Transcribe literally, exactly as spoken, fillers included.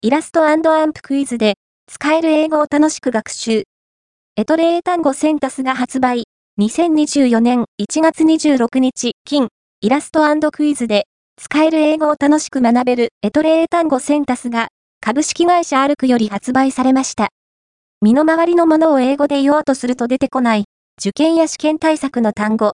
イラスト&アンプクイズで、使える英語を楽しく学習。エトレ英単語センタスが発売。にせんにじゅうよねんいちがつにじゅうろくにち、金、イラスト&クイズで、使える英語を楽しく学べるエトレ英単語センタスが、株式会社アルクより発売されました。身の回りのものを英語で言おうとすると出てこない、受験や試験対策の単語、